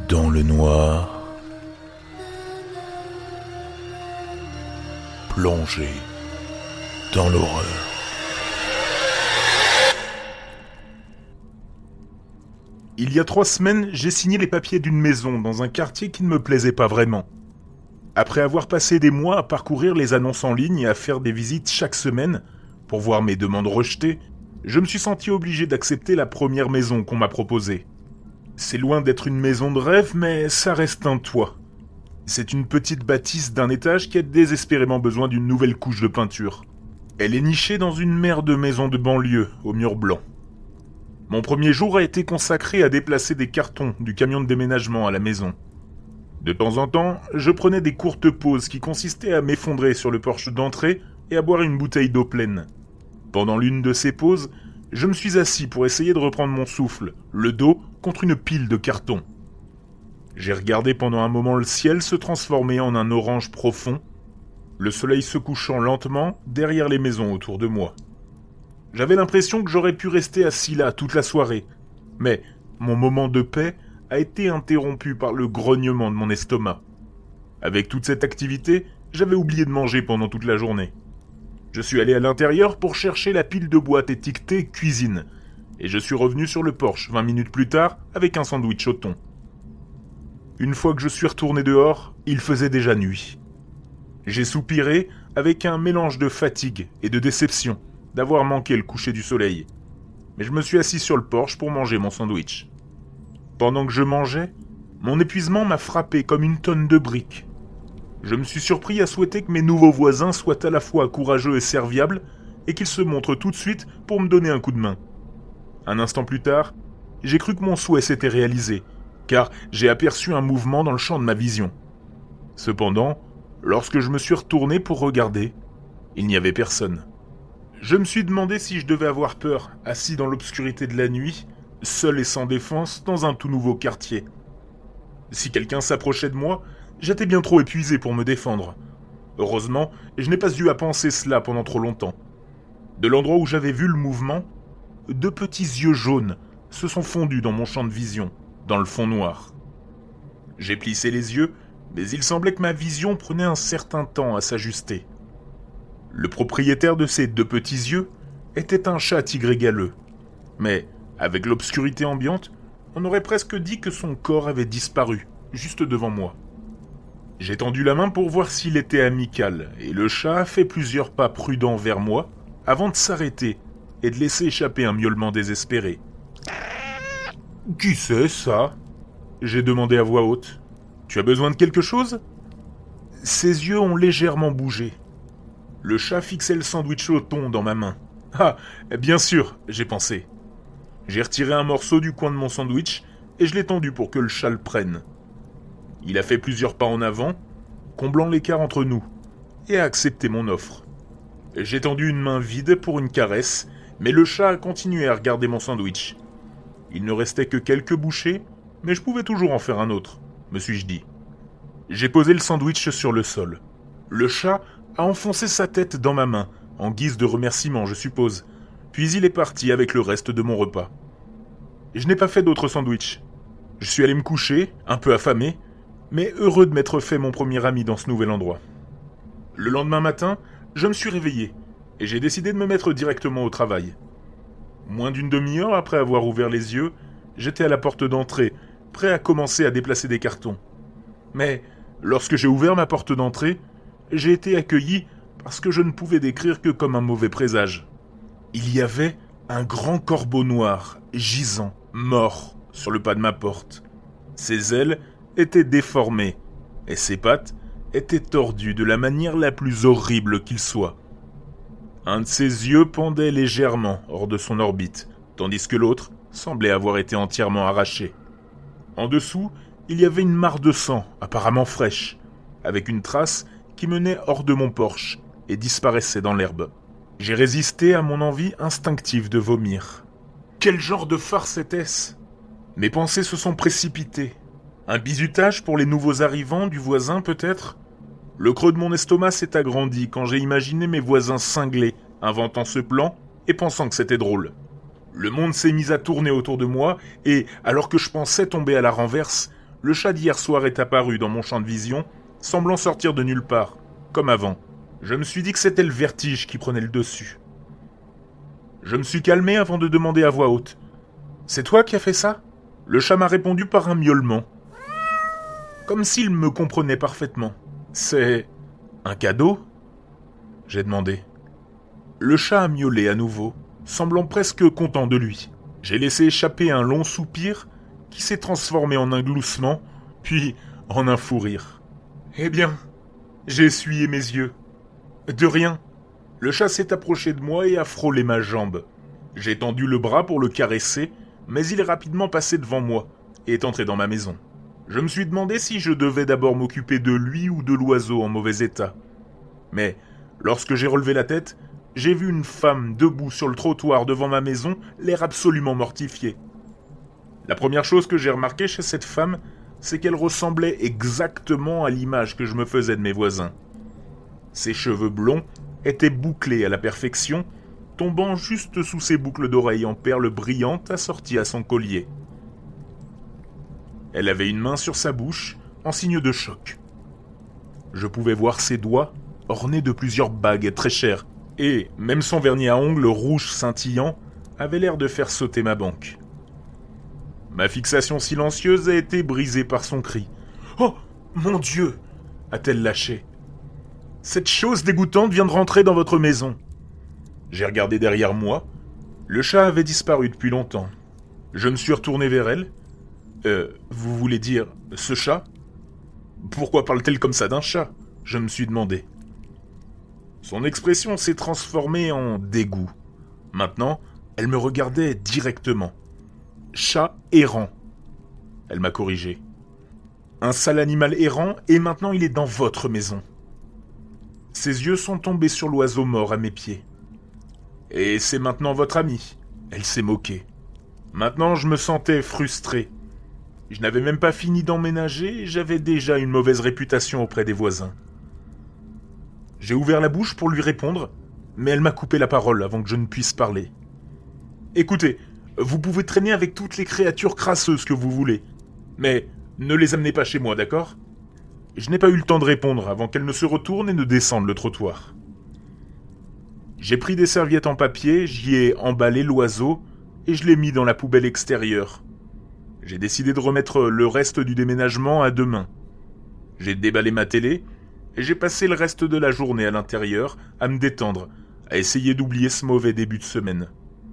Dans le noir, plongé dans l'horreur. Il y a 3 semaines, j'ai signé les papiers d'une maison dans un quartier qui ne me plaisait pas vraiment. Après avoir passé des mois à parcourir les annonces en ligne et à faire des visites chaque semaine pour voir mes demandes rejetées, je me suis senti obligé d'accepter la première maison qu'on m'a proposée. C'est loin d'être une maison de rêve, mais ça reste un toit. C'est une petite bâtisse d'un étage qui a désespérément besoin d'une nouvelle couche de peinture. Elle est nichée dans une mer de maisons de banlieue aux murs blancs. Mon premier jour a été consacré à déplacer des cartons du camion de déménagement à la maison. De temps en temps, je prenais des courtes pauses qui consistaient à m'effondrer sur le porche d'entrée et à boire une bouteille d'eau pleine. Pendant l'une de ces pauses, je me suis assis pour essayer de reprendre mon souffle, le dos contre une pile de cartons. J'ai regardé pendant un moment le ciel se transformer en un orange profond, le soleil se couchant lentement derrière les maisons autour de moi. J'avais l'impression que j'aurais pu rester assis là toute la soirée, mais mon moment de paix a été interrompu par le grognement de mon estomac. Avec toute cette activité, j'avais oublié de manger pendant toute la journée. Je suis allé à l'intérieur pour chercher la pile de boîtes étiquetée « Cuisine » et je suis revenu sur le porche 20 minutes plus tard avec un sandwich au thon. Une fois que je suis retourné dehors, il faisait déjà nuit. J'ai soupiré avec un mélange de fatigue et de déception d'avoir manqué le coucher du soleil. Mais je me suis assis sur le porche pour manger mon sandwich. Pendant que je mangeais, mon épuisement m'a frappé comme une tonne de briques. Je me suis surpris à souhaiter que mes nouveaux voisins soient à la fois courageux et serviables et qu'ils se montrent tout de suite pour me donner un coup de main. Un instant plus tard, j'ai cru que mon souhait s'était réalisé, car j'ai aperçu un mouvement dans le champ de ma vision. Cependant, lorsque je me suis retourné pour regarder, il n'y avait personne. Je me suis demandé si je devais avoir peur, assis dans l'obscurité de la nuit, seul et sans défense, dans un tout nouveau quartier. Si quelqu'un s'approchait de moi, j'étais bien trop épuisé pour me défendre. Heureusement, je n'ai pas eu à penser cela pendant trop longtemps. De l'endroit où j'avais vu le mouvement, 2 petits yeux jaunes se sont fondus dans mon champ de vision, dans le fond noir. J'ai plissé les yeux, mais il semblait que ma vision prenait un certain temps à s'ajuster. Le propriétaire de ces 2 petits yeux était un chat tigré galeux. Mais, avec l'obscurité ambiante, on aurait presque dit que son corps avait disparu, juste devant moi. J'ai tendu la main pour voir s'il était amical, et le chat a fait plusieurs pas prudents vers moi, avant de s'arrêter et de laisser échapper un miaulement désespéré. « Qui c'est, ça ?» j'ai demandé à voix haute. « Tu as besoin de quelque chose ?» Ses yeux ont légèrement bougé. Le chat fixait le sandwich au thon dans ma main. « Ah, bien sûr, j'ai pensé. » J'ai retiré un morceau du coin de mon sandwich et je l'ai tendu pour que le chat le prenne. Il a fait plusieurs pas en avant, comblant l'écart entre nous, et a accepté mon offre. J'ai tendu une main vide pour une caresse, mais le chat a continué à regarder mon sandwich. Il ne restait que quelques bouchées, mais je pouvais toujours en faire un autre, me suis-je dit. J'ai posé le sandwich sur le sol. Le chat a enfoncé sa tête dans ma main, en guise de remerciement, je suppose. Puis il est parti avec le reste de mon repas. Je n'ai pas fait d'autres sandwichs. Je suis allé me coucher, un peu affamé, mais heureux de m'être fait mon premier ami dans ce nouvel endroit. Le lendemain matin, je me suis réveillé, et j'ai décidé de me mettre directement au travail. Moins d'une demi-heure après avoir ouvert les yeux, j'étais à la porte d'entrée, prêt à commencer à déplacer des cartons. Mais, lorsque j'ai ouvert ma porte d'entrée, j'ai été accueilli parce que je ne pouvais décrire que comme un mauvais présage. Il y avait un grand corbeau noir, gisant, mort, sur le pas de ma porte. Ses ailes étaient déformées, et ses pattes étaient tordues de la manière la plus horrible qu'il soit. Un de ses yeux pendait légèrement hors de son orbite, tandis que l'autre semblait avoir été entièrement arraché. En dessous, il y avait une mare de sang, apparemment fraîche, avec une trace qui menait hors de mon porche et disparaissait dans l'herbe. J'ai résisté à mon envie instinctive de vomir. Quel genre de farce était-ce ? Mes pensées se sont précipitées. Un bizutage pour les nouveaux arrivants du voisin, peut-être ? Le creux de mon estomac s'est agrandi quand j'ai imaginé mes voisins cinglés, inventant ce plan et pensant que c'était drôle. Le monde s'est mis à tourner autour de moi et, alors que je pensais tomber à la renverse, le chat d'hier soir est apparu dans mon champ de vision, semblant sortir de nulle part, comme avant. Je me suis dit que c'était le vertige qui prenait le dessus. Je me suis calmé avant de demander à voix haute. « C'est toi qui as fait ça ?» Le chat m'a répondu par un miaulement. Comme s'il me comprenait parfaitement. « C'est un cadeau ?» j'ai demandé. Le chat a miaulé à nouveau, semblant presque content de lui. J'ai laissé échapper un long soupir qui s'est transformé en un gloussement, puis en un fou rire. Eh bien, j'ai essuyé mes yeux. De rien. Le chat s'est approché de moi et a frôlé ma jambe. J'ai tendu le bras pour le caresser, mais il est rapidement passé devant moi et est entré dans ma maison. Je me suis demandé si je devais d'abord m'occuper de lui ou de l'oiseau en mauvais état. Mais lorsque j'ai relevé la tête, j'ai vu une femme debout sur le trottoir devant ma maison, l'air absolument mortifié. La première chose que j'ai remarquée chez cette femme, c'est qu'elle ressemblait exactement à l'image que je me faisais de mes voisins. Ses cheveux blonds étaient bouclés à la perfection, tombant juste sous ses boucles d'oreilles en perles brillantes assorties à son collier. Elle avait une main sur sa bouche, en signe de choc. Je pouvais voir ses doigts, ornés de plusieurs bagues très chères, et même son vernis à ongles rouge scintillant avait l'air de faire sauter ma banque. Ma fixation silencieuse a été brisée par son cri. « Oh, mon Dieu !» a-t-elle lâché. « Cette chose dégoûtante vient de rentrer dans votre maison. » J'ai regardé derrière moi. Le chat avait disparu depuis longtemps. Je me suis retourné vers elle. Vous voulez dire ce chat ? Pourquoi parle-t-elle comme ça d'un chat ? Je me suis demandé. Son expression s'est transformée en dégoût. Maintenant, elle me regardait directement. Chat errant. Elle m'a corrigé. Un sale animal errant et maintenant il est dans votre maison. Ses yeux sont tombés sur l'oiseau mort à mes pieds. Et c'est maintenant votre ami. Elle s'est moquée. Maintenant je me sentais frustré. Je n'avais même pas fini d'emménager et j'avais déjà une mauvaise réputation auprès des voisins. J'ai ouvert la bouche pour lui répondre, mais elle m'a coupé la parole avant que je ne puisse parler. Écoutez, vous pouvez traîner avec toutes les créatures crasseuses que vous voulez, mais ne les amenez pas chez moi, d'accord ? Je n'ai pas eu le temps de répondre avant qu'elle ne se retourne et ne descende le trottoir. J'ai pris des serviettes en papier, j'y ai emballé l'oiseau et je l'ai mis dans la poubelle extérieure. J'ai décidé de remettre le reste du déménagement à demain. J'ai déballé ma télé et j'ai passé le reste de la journée à l'intérieur à me détendre, à essayer d'oublier ce mauvais début de semaine.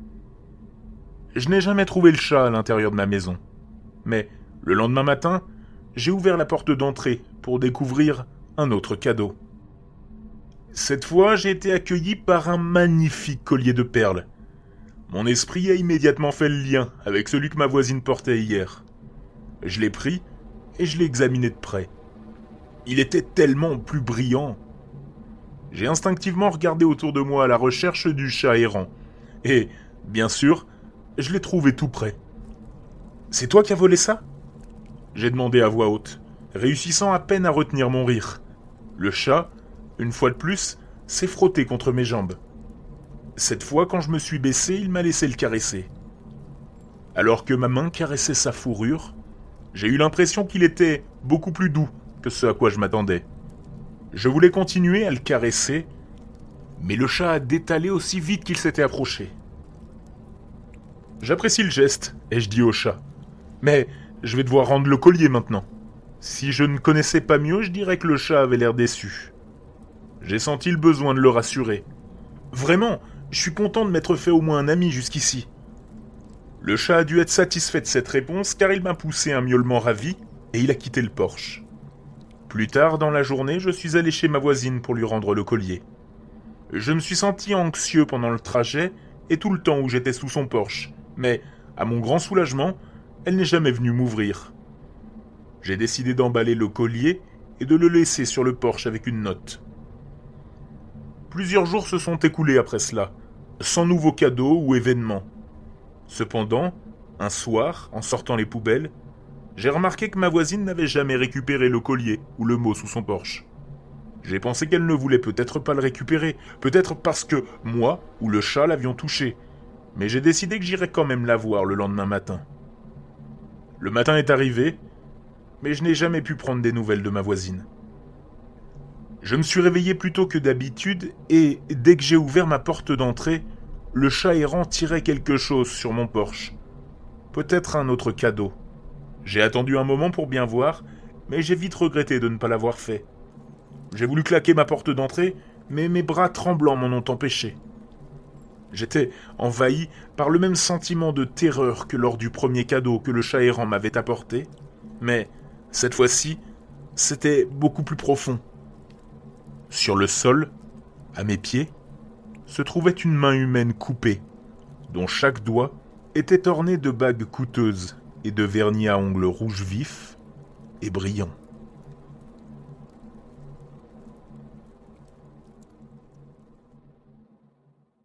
Je n'ai jamais trouvé le chat à l'intérieur de ma maison. Mais le lendemain matin, j'ai ouvert la porte d'entrée pour découvrir un autre cadeau. Cette fois, j'ai été accueilli par un magnifique collier de perles. Mon esprit a immédiatement fait le lien avec celui que ma voisine portait hier. Je l'ai pris et je l'ai examiné de près. Il était tellement plus brillant. J'ai instinctivement regardé autour de moi à la recherche du chat errant. Et, bien sûr, je l'ai trouvé tout près. « C'est toi qui as volé ça ?» j'ai demandé à voix haute, réussissant à peine à retenir mon rire. Le chat, une fois de plus, s'est frotté contre mes jambes. Cette fois, quand je me suis baissé, il m'a laissé le caresser. Alors que ma main caressait sa fourrure, j'ai eu l'impression qu'il était beaucoup plus doux que ce à quoi je m'attendais. Je voulais continuer à le caresser, mais le chat a détalé aussi vite qu'il s'était approché. J'apprécie le geste, ai-je dit au chat. Mais je vais devoir rendre le collier maintenant. Si je ne connaissais pas mieux, je dirais que le chat avait l'air déçu. J'ai senti le besoin de le rassurer. Vraiment, je suis content de m'être fait au moins un ami jusqu'ici. Le chat a dû être satisfait de cette réponse car il m'a poussé un miaulement ravi et il a quitté le porche. Plus tard dans la journée, je suis allé chez ma voisine pour lui rendre le collier. Je me suis senti anxieux pendant le trajet et tout le temps où j'étais sous son porche, mais, à mon grand soulagement, elle n'est jamais venue m'ouvrir. J'ai décidé d'emballer le collier et de le laisser sur le porche avec une note. Plusieurs jours se sont écoulés après cela, sans nouveau cadeau ou événement. Cependant, un soir, en sortant les poubelles, j'ai remarqué que ma voisine n'avait jamais récupéré le collier ou le mot sous son porche. J'ai pensé qu'elle ne voulait peut-être pas le récupérer, peut-être parce que moi ou le chat l'avions touché, mais j'ai décidé que j'irais quand même la voir le lendemain matin. Le matin est arrivé, mais je n'ai jamais pu prendre des nouvelles de ma voisine. Je me suis réveillé plus tôt que d'habitude et, dès que j'ai ouvert ma porte d'entrée, le chat errant tirait quelque chose sur mon porche. Peut-être un autre cadeau. J'ai attendu un moment pour bien voir, mais j'ai vite regretté de ne pas l'avoir fait. J'ai voulu claquer ma porte d'entrée, mais mes bras tremblants m'en ont empêché. J'étais envahi par le même sentiment de terreur que lors du premier cadeau que le chat errant m'avait apporté, mais cette fois-ci, c'était beaucoup plus profond. Sur le sol, à mes pieds, se trouvait une main humaine coupée, dont chaque doigt était orné de bagues coûteuses et de vernis à ongles rouges vifs et brillants.